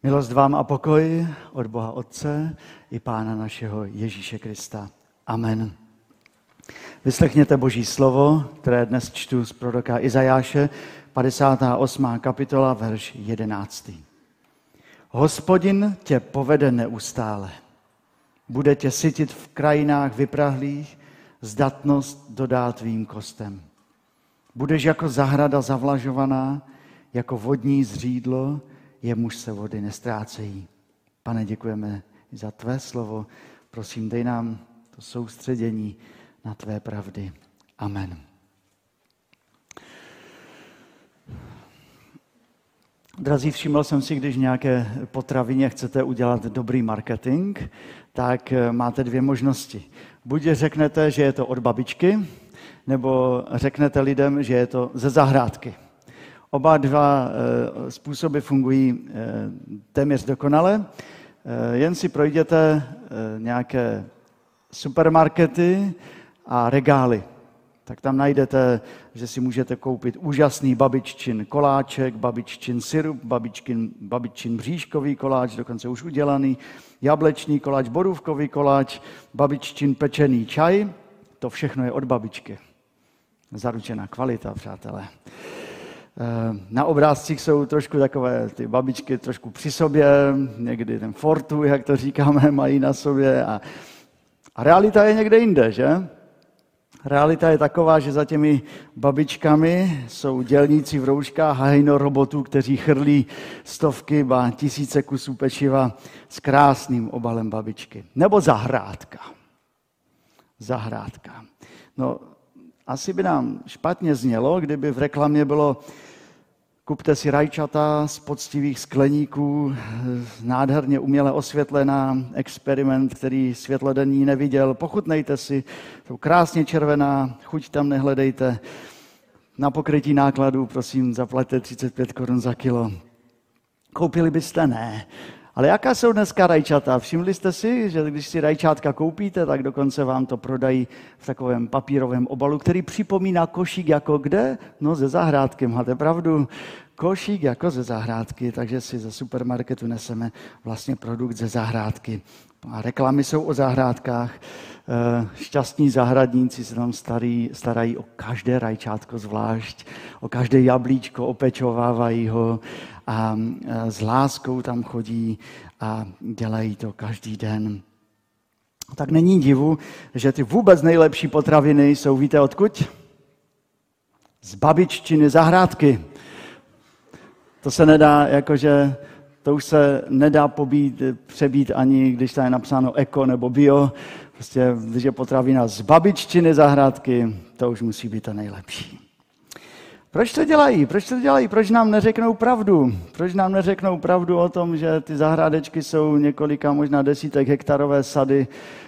Milost vám a pokoj od Boha Otce i Pána našeho Ježíše Krista. Amen. Vyslechněte Boží slovo, které dnes čtu z proroka Izajáše, 58. kapitola, verš 11. Hospodin tě povede neustále. Bude tě sytit v krajinách vyprahlých, zdatnost dodá tvým kostem. Budeš jako zahrada zavlažovaná, jako vodní zřídlo, jemuž se vody nestrácejí. Pane, děkujeme za tvé slovo. Prosím, dej nám to soustředění na tvé pravdy. Amen. Drazí, všiml jsem si, když v nějaké potravině chcete udělat dobrý marketing, tak máte dvě možnosti. Buď řeknete, že je to od babičky, nebo řeknete lidem, že je to ze zahrádky. Oba dva způsoby fungují téměř dokonale. Jen si projděte nějaké supermarkety a regály. Tak tam najdete, že si můžete koupit úžasný babiččin koláček, babiččin syrup, babiččin bříškový koláč, dokonce už udělaný, jablečný koláč, borůvkový koláč, babiččin pečený čaj. To všechno je od babičky. Zaručená kvalita, přátelé. Na obrázcích jsou trošku takové ty babičky trošku při sobě, někdy ten fortu, jak to říkáme, mají na sobě a realita je někde jinde, že? Realita je taková, že za těmi babičkami jsou dělníci v rouškách a hejno robotů, kteří chrlí stovky, ba tisíce kusů pečiva s krásným obalem babičky. Nebo zahrádka. Zahrádka. No, asi by nám špatně znělo, kdyby v reklamě bylo kupte si rajčata z poctivých skleníků, nádherně uměle osvětlená, experiment, který světlodenní neviděl. Pochutnejte si, jsou krásně červená, chuť tam nehledejte. Na pokrytí nákladů, prosím, zaplaťte 35 korun za kilo. Koupili byste? Ne. Ale jaká jsou dneska rajčata? Všimli jste si, že když si rajčátka koupíte, tak dokonce vám to prodají v takovém papírovém obalu, který připomíná košík jako kde? No ze zahrádky, máte pravdu. Košík jako ze zahrádky, takže si ze supermarketu neseme vlastně produkt ze zahrádky. A reklamy jsou o zahrádkách. Šťastní zahradníci se tam starají o každé rajčátko zvlášť, o každé jablíčko, opečovávají ho a s láskou tam chodí a dělají to každý den. Tak není divu, že ty vůbec nejlepší potraviny jsou, víte odkud? Z babiččiny zahrádky. To se nedá, jakože to už se nedá přebít ani, když tam je napsáno eko nebo bio. Prostě, když je potravina z babiččiny zahrádky, to už musí být to nejlepší. Proč to dělají? Proč nám neřeknou pravdu? Proč nám neřeknou pravdu o tom, že ty zahrádečky jsou několika, možná desítek hektarové sady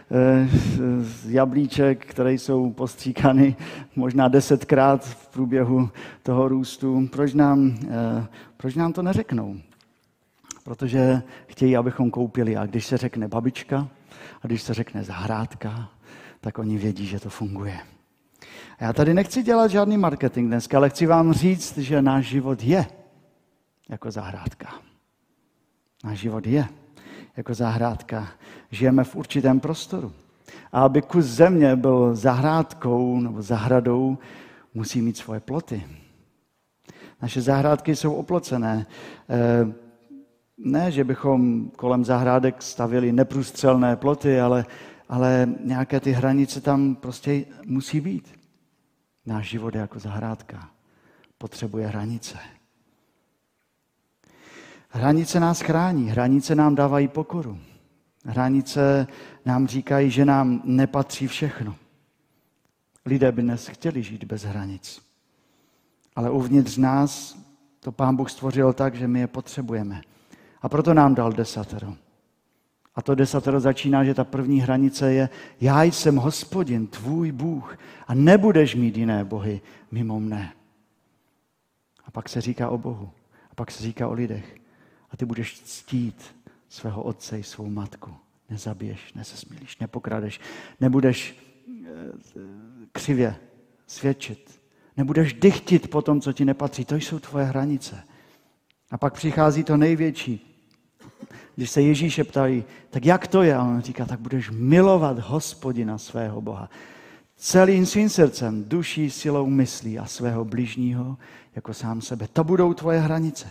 jablíček, které jsou postříkány možná 10krát v průběhu toho růstu? Proč nám to neřeknou? Protože chtějí, abychom koupili. A když se řekne babička a když se řekne zahrádka, tak oni vědí, že to funguje. A já tady nechci dělat žádný marketing dneska, ale chci vám říct, že náš život je jako zahrádka. Náš život je jako zahrádka. Žijeme v určitém prostoru. A aby kus země byl zahrádkou nebo zahradou, musí mít svoje ploty. Naše zahrádky jsou oplocené. Ne, že bychom kolem zahrádek stavili neprůstřelné ploty, ale nějaké ty hranice tam prostě musí být. Náš život je jako zahrádka. Potřebuje hranice. Hranice nás chrání, hranice nám dávají pokoru. Hranice nám říkají, že nám nepatří všechno. Lidé by dnes chtěli žít bez hranic. Ale uvnitř nás to Pán Bůh stvořil tak, že my je potřebujeme. A proto nám dal desatero. A to desatero začíná, že ta první hranice je já jsem Hospodin, tvůj Bůh a nebudeš mít jiné bohy mimo mne. A pak se říká o Bohu. A pak se říká o lidech. A ty budeš ctít svého otce i svou matku. Nezabiješ, nesesmílíš, nepokradeš, nebudeš křivě svědčit. Nebudeš dychtit po tom, co ti nepatří. To jsou tvoje hranice. A pak přichází to největší. Když se Ježíše ptají, tak jak to je? A on říká, tak budeš milovat Hospodina svého Boha. Celým svým srdcem, duší, silou, myslí a svého bližního jako sám sebe. To budou tvoje hranice.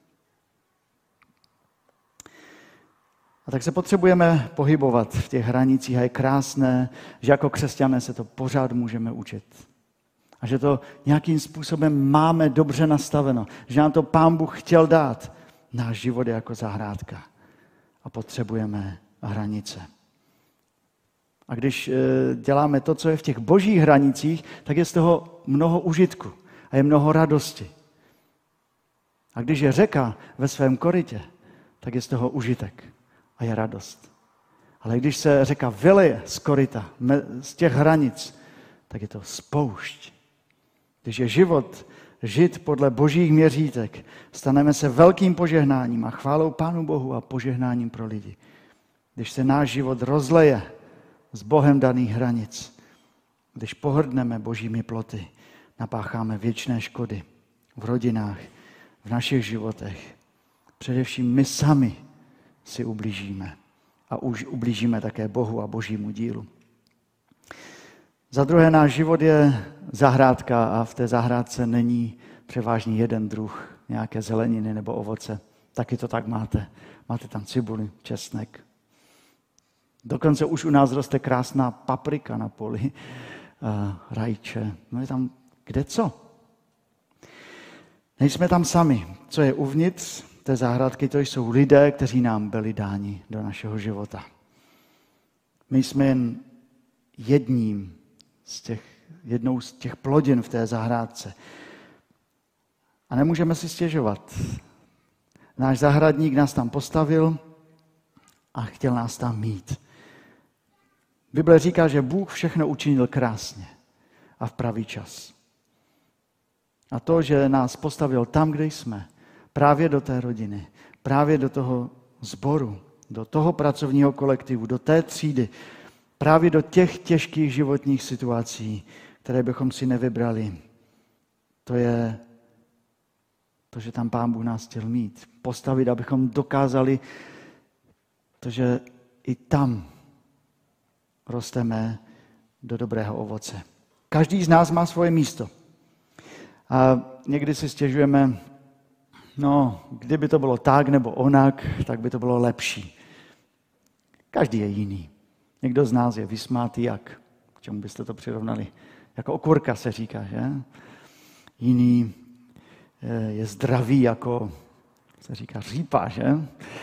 A tak se potřebujeme pohybovat v těch hranicích a je krásné, že jako křesťané se to pořád můžeme učit. A že to nějakým způsobem máme dobře nastaveno. Že nám to Pán Bůh chtěl dát. Náš život je jako zahrádka. A potřebujeme hranice. A když děláme to, co je v těch božích hranicích, tak je z toho mnoho užitku a je mnoho radosti. A když je řeka ve svém korytě, tak je z toho užitek a je radost. Ale když se řeka vyleje z koryta, z těch hranic, tak je to spoušť. Když je život žít podle božích měřítek, staneme se velkým požehnáním a chválou Pánu Bohu a požehnáním pro lidi. Když se náš život rozleje z Bohem daných hranic, když pohrdneme božími ploty, napácháme věčné škody v rodinách, v našich životech. Především my sami si ublížíme a už ublížíme také Bohu a božímu dílu. Za druhé, náš život je zahrádka a v té zahrádce není převážně jeden druh nějaké zeleniny nebo ovoce. Taky to tak máte. Máte tam cibuli, česnek. Dokonce už u nás roste krásná paprika na poli, rajče. No je tam kde co? Nejsme tam sami. Co je uvnitř té zahrádky, to jsou lidé, kteří nám byli dáni do našeho života. My jsme jen jednou z těch plodin v té zahrádce. A nemůžeme si stěžovat. Náš zahradník nás tam postavil a chtěl nás tam mít. Bible říká, že Bůh všechno učinil krásně a v pravý čas. A to, že nás postavil tam, kde jsme, právě do té rodiny, právě do toho sboru, do toho pracovního kolektivu, do té třídy, právě do těch těžkých životních situací, které bychom si nevybrali. To je to, že tam Pán Bůh nás chtěl mít. Postavit, abychom dokázali to, že i tam rosteme do dobrého ovoce. Každý z nás má svoje místo. A někdy si stěžujeme, kdyby to bylo tak nebo onak, tak by to bylo lepší. Každý je jiný. Někdo z nás je vysmátý, jak? K čemu byste to přirovnali? Jako okurka se říká, že? Jiný je zdravý, jako se říká řípa, že?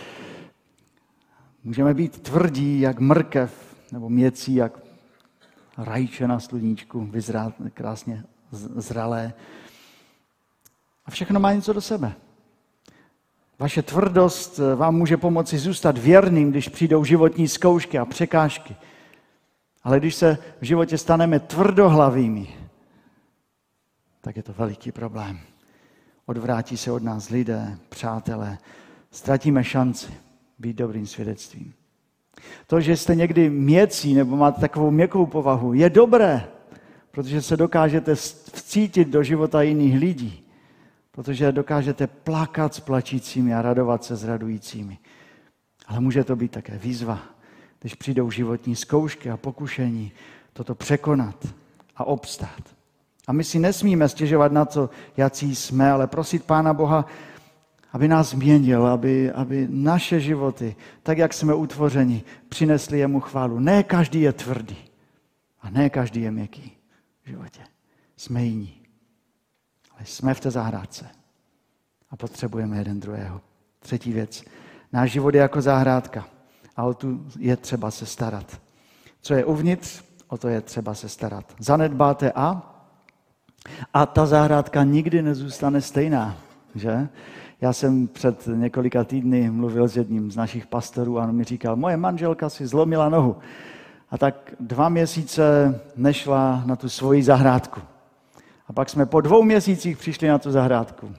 Můžeme být tvrdí, jak mrkev, nebo měcí, jak rajče na sluníčku, krásně zralé. A všechno má něco do sebe. Vaše tvrdost vám může pomoci zůstat věrným, když přijdou životní zkoušky a překážky. Ale když se v životě staneme tvrdohlavými, tak je to veliký problém. Odvrátí se od nás lidé, přátelé, ztratíme šanci být dobrým svědectvím. To, že jste někdy měcí nebo máte takovou měkkou povahu, je dobré, protože se dokážete vcítit do života jiných lidí, protože dokážete plakat s plačícími a radovat se s radujícími. Ale může to být také výzva, když přijdou životní zkoušky a pokušení, toto překonat a obstát. A my si nesmíme stěžovat na to, jací jsme, ale prosit Pána Boha, aby nás změnil, aby naše životy, tak jak jsme utvořeni, přinesli jemu chválu. Ne každý je tvrdý a ne každý je měkký v životě. Jsme jiní. Ale jsme v té zahrádce a potřebujeme jeden druhého. Třetí věc. Náš život je jako zahrádka a o tu je třeba se starat. Co je uvnitř, o to je třeba se starat. Zanedbáte a ta zahrádka nikdy nezůstane stejná, že? Já jsem před několika týdny mluvil s jedním z našich pastorů a on mi říkal, moje manželka si zlomila nohu a tak 2 měsíce nešla na tu svoji zahrádku. A pak jsme po 2 měsících přišli na tu zahrádku.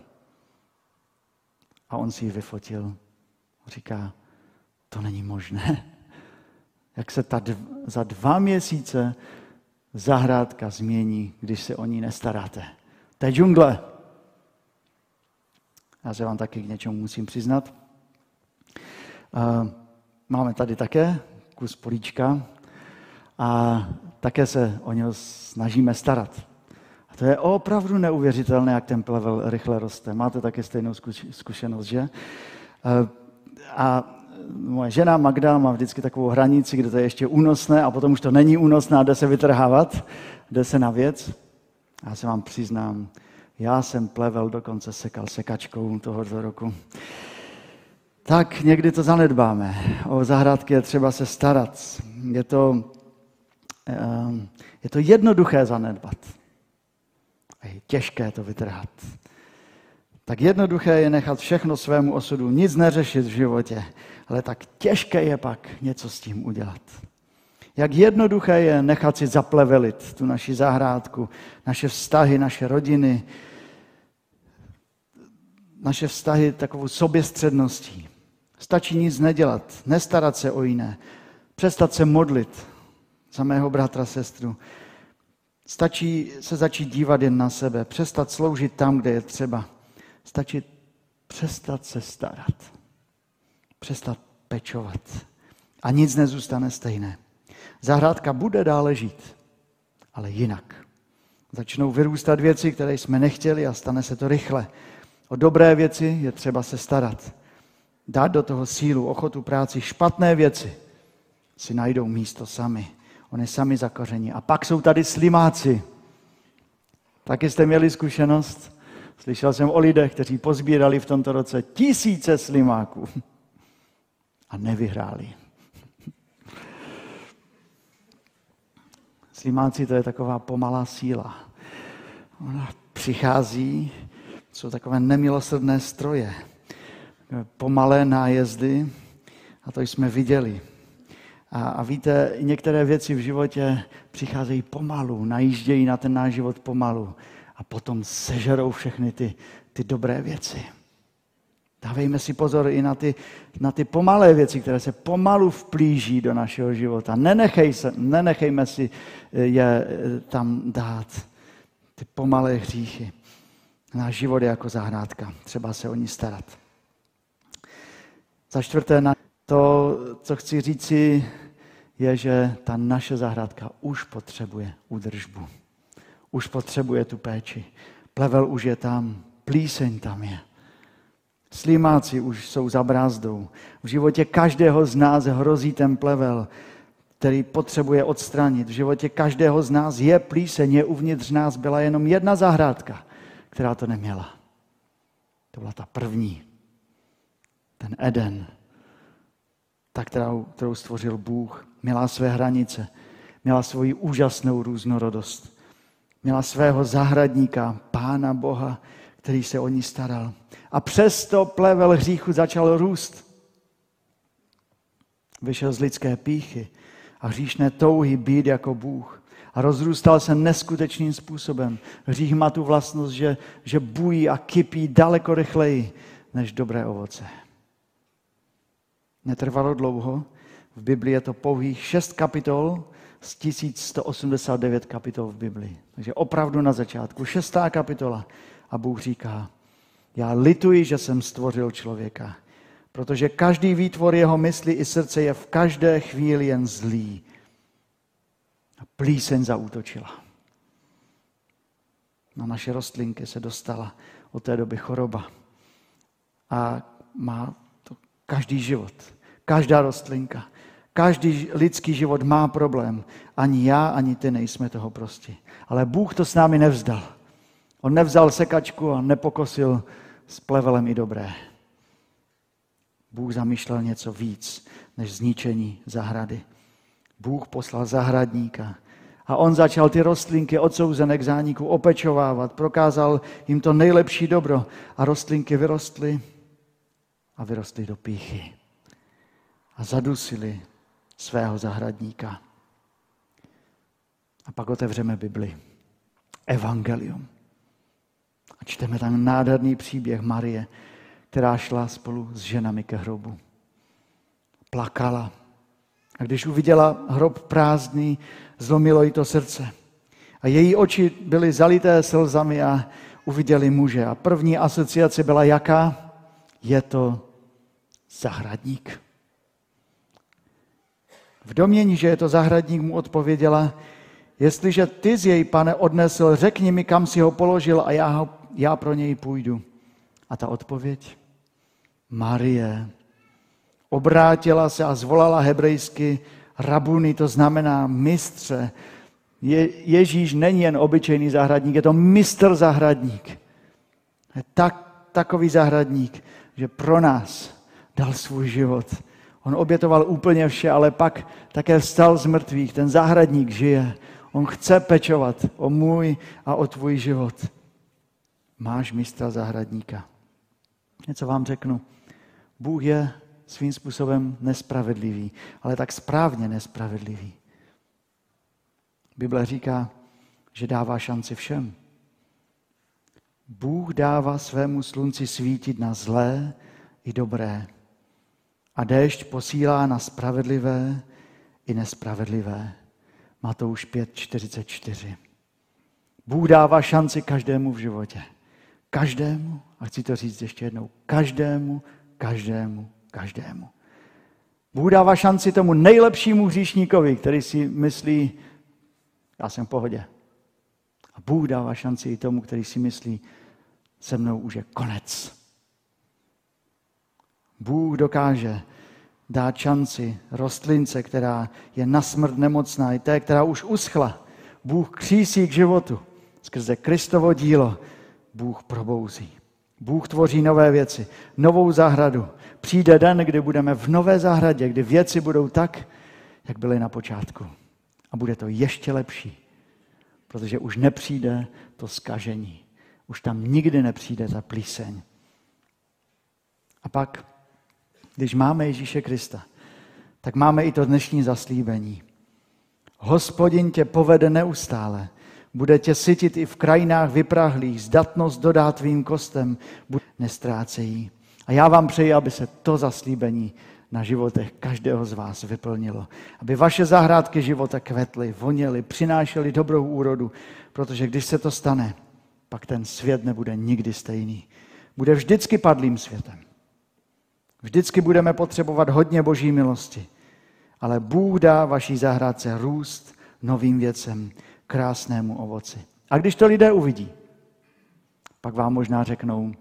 A on si ji vyfotil. Říká, to není možné. Jak se za 2 měsíce zahrádka změní, když se o ní nestaráte. To je džungle. Já se vám taky k něčemu musím přiznat. Máme tady také kus políčka a také se o něho snažíme starat. A to je opravdu neuvěřitelné, jak ten plevel rychle roste. Máte také stejnou zkušenost, že? A moje žena Magda má vždycky takovou hranici, kde to je ještě únosné a potom už to není únosné a jde se vytrhávat, jde se na věc. Já se vám přiznám, já jsem plevel dokonce sekal sekačkou tohoto roku. Tak někdy to zanedbáme. O zahrádky je třeba se starat. Je to jednoduché zanedbat. A je těžké to vytrhat. Tak jednoduché je nechat všechno svému osudu, nic neřešit v životě, ale tak těžké je pak něco s tím udělat. Jak jednoduché je nechat si zaplevelit tu naši zahrádku, naše vztahy, naše rodiny, naše vztahy takovou soběstředností. Stačí nic nedělat, nestarat se o jiné, přestat se modlit za mého bratra, sestru. Stačí se začít dívat jen na sebe, přestat sloužit tam, kde je třeba. Stačí přestat se starat, přestat pečovat a nic nezůstane stejné. Zahrádka bude dále žít, ale jinak. Začnou vyrůstat věci, které jsme nechtěli a stane se to rychle. O dobré věci je třeba se starat. Dát do toho sílu, ochotu, práci. Špatné věci si najdou místo sami. Oni sami zakoření. A pak jsou tady slimáci. Taky jste měli zkušenost? Slyšel jsem o lidech, kteří pozbírali v tomto roce 1000 slimáků a nevyhráli. Slimáci to je taková pomalá síla. Ona přichází, jsou takové nemilosrdné stroje, pomalé nájezdy a to jsme viděli. A víte, některé věci v životě přicházejí pomalu, najíždějí na ten náš život pomalu a potom sežerou všechny ty dobré věci. Dávejme si pozor i na ty pomalé věci, které se pomalu vplíží do našeho života. Nenechejme si je tam dát. Ty pomalé hříchy. Náš život je jako zahrádka. Třeba se o ní starat. Za čtvrté, to, co chci říci, je, že ta naše zahrádka už potřebuje údržbu. Už potřebuje tu péči. Plevel už je tam, plíseň tam je. Slimáci už jsou za brázdou. V životě každého z nás hrozí ten plevel, který potřebuje odstranit. V životě každého z nás je plíseň, je uvnitř nás. Byla jenom jedna zahrádka, která to neměla. To byla ta první. Ten Eden. Ta, kterou stvořil Bůh. Měla své hranice. Měla svoji úžasnou různorodost. Měla svého zahradníka, Pána Boha, který se o ní staral. A přesto plevel hříchu začal růst. Vyšel z lidské pýchy a hříšné touhy být jako Bůh. A rozrůstal se neskutečným způsobem. Hřích má tu vlastnost, že bují a kypí daleko rychleji než dobré ovoce. Netrvalo dlouho. V Biblii je to pouhých 6 kapitol z 1189 kapitol v Biblii. Takže opravdu na začátku 6. kapitola. A Bůh říká, já lituji, že jsem stvořil člověka, protože každý výtvor jeho mysli i srdce je v každé chvíli jen zlý. A plíseň zaútočila. Na naše rostlinky se dostala od té doby choroba. A má to každý život, každá rostlinka, každý lidský život má problém. Ani já, ani ty nejsme toho prosti. Ale Bůh to s námi nevzdal. On nevzal sekačku a nepokosil s plevelem i dobré. Bůh zamýšlel něco víc, než zničení zahrady. Bůh poslal zahradníka a on začal ty rostlinky odsouzené k zániku opečovávat, prokázal jim to nejlepší dobro a rostlinky vyrostly a vyrostly do pýchy a zadusili svého zahradníka. A pak otevřeme Bibli. Evangelium. A čteme tam nádherný příběh Marie, která šla spolu s ženami ke hrobu. Plakala. A když uviděla hrob prázdný, zlomilo jí to srdce. A její oči byly zalité slzami a uviděli muže. A první asociace byla jaká? Je to zahradník. V domnění, že je to zahradník, mu odpověděla: jestliže ty jsi jej, pane, odnesl, řekni mi, kam si ho položil a já pro něj půjdu. A ta odpověď: Marie. Obrátila se a zvolala hebrejsky rabuni, to znamená mistře. Ježíš není jen obyčejný zahradník, je to mistr zahradník. Je takový zahradník, že pro nás dal svůj život. On obětoval úplně vše, ale pak také vstal z mrtvých. Ten zahradník žije. On chce pečovat o můj a o tvůj život. Máš mistra zahradníka. Něco vám řeknu. Bůh je svým způsobem nespravedlivý, ale tak správně nespravedlivý. Bible říká, že dává šanci všem. Bůh dává svému slunci svítit na zlé i dobré. A déšť posílá na spravedlivé i nespravedlivé. Matouš 5:44. Bůh dává šanci každému v životě. Každému, a chci to říct ještě jednou, každému. Bůh dává šanci tomu nejlepšímu hříšníkovi, který si myslí, já jsem v pohodě. A Bůh dává šanci i tomu, který si myslí, se mnou už je konec. Bůh dokáže dát šanci rostlince, která je na smrt nemocná, i té, která už uschla. Bůh křísí k životu. Skrze Kristovo dílo Bůh probouzí. Bůh tvoří nové věci, novou zahradu. Přijde den, kdy budeme v nové zahradě, kdy věci budou tak, jak byly na počátku. A bude to ještě lepší, protože už nepřijde to zkažení. Už tam nikdy nepřijde ta plíseň. A pak, když máme Ježíše Krista, tak máme i to dnešní zaslíbení. Hospodin tě povede neustále, bude tě sytit i v krajinách vyprahlých, zdatnost dodá tvým kostem, nestrácejí. A já vám přeji, aby se to zaslíbení na životech každého z vás vyplnilo. Aby vaše zahrádky života kvetly, voněly, přinášely dobrou úrodu, protože když se to stane, pak ten svět nebude nikdy stejný. Bude vždycky padlým světem. Vždycky budeme potřebovat hodně Boží milosti, ale Bůh dá vaší zahrádce růst novým věcem, krásnému ovoci. A když to lidé uvidí, pak vám možná řeknou: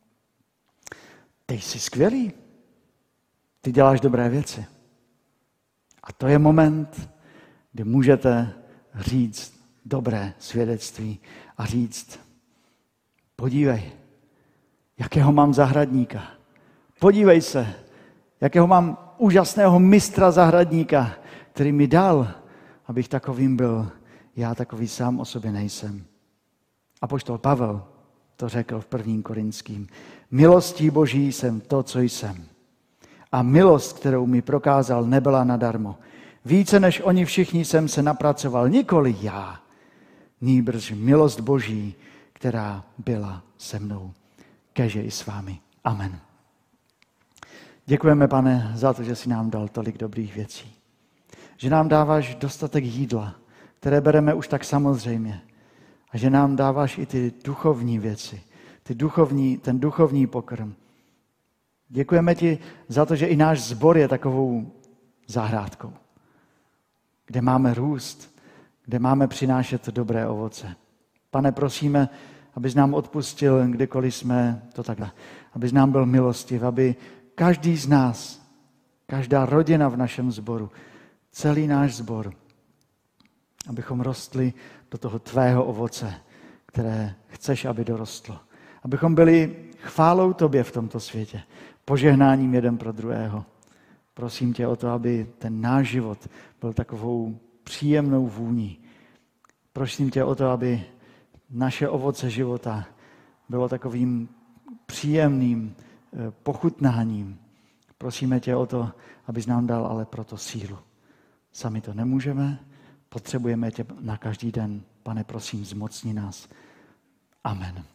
ty jsi skvělý, ty děláš dobré věci. A to je moment, kdy můžete říct dobré svědectví a říct: podívej, jakého mám zahradníka. Podívej se, jakého mám úžasného mistra zahradníka, který mi dal, abych takovým byl. Já takový sám o sobě nejsem. Apoštol Pavel to řekl v 1. Korinským. Milostí Boží jsem to, co jsem. A milost, kterou mi prokázal, nebyla nadarmo. Více než oni všichni jsem se napracoval, nikoli já, nýbrž milost Boží, která byla se mnou. Kéže i s vámi. Amen. Děkujeme, Pane, za to, že jsi nám dal tolik dobrých věcí. Že nám dáváš dostatek jídla, které bereme už tak samozřejmě. A že nám dáváš i ty duchovní věci, ten duchovní pokrm. Děkujeme ti za to, že i náš sbor je takovou zahrádkou, kde máme růst, kde máme přinášet dobré ovoce. Pane, prosíme, abys nám odpustil, kdykoliv jsme to takhle. Abys nám byl milostiv, aby každý z nás, každá rodina v našem sboru, celý náš sbor, abychom rostli do toho tvého ovoce, které chceš, aby dorostlo. Abychom byli chválou tobě v tomto světě, požehnáním jeden pro druhého. Prosím tě o to, aby ten náš život byl takovou příjemnou vůní. Prosím tě o to, aby naše ovoce života bylo takovým příjemným pochutnáním. Prosíme tě o to, abys nám dal ale proto sílu. Sami to nemůžeme, potřebujeme tě na každý den. Pane, prosím, zmocni nás. Amen.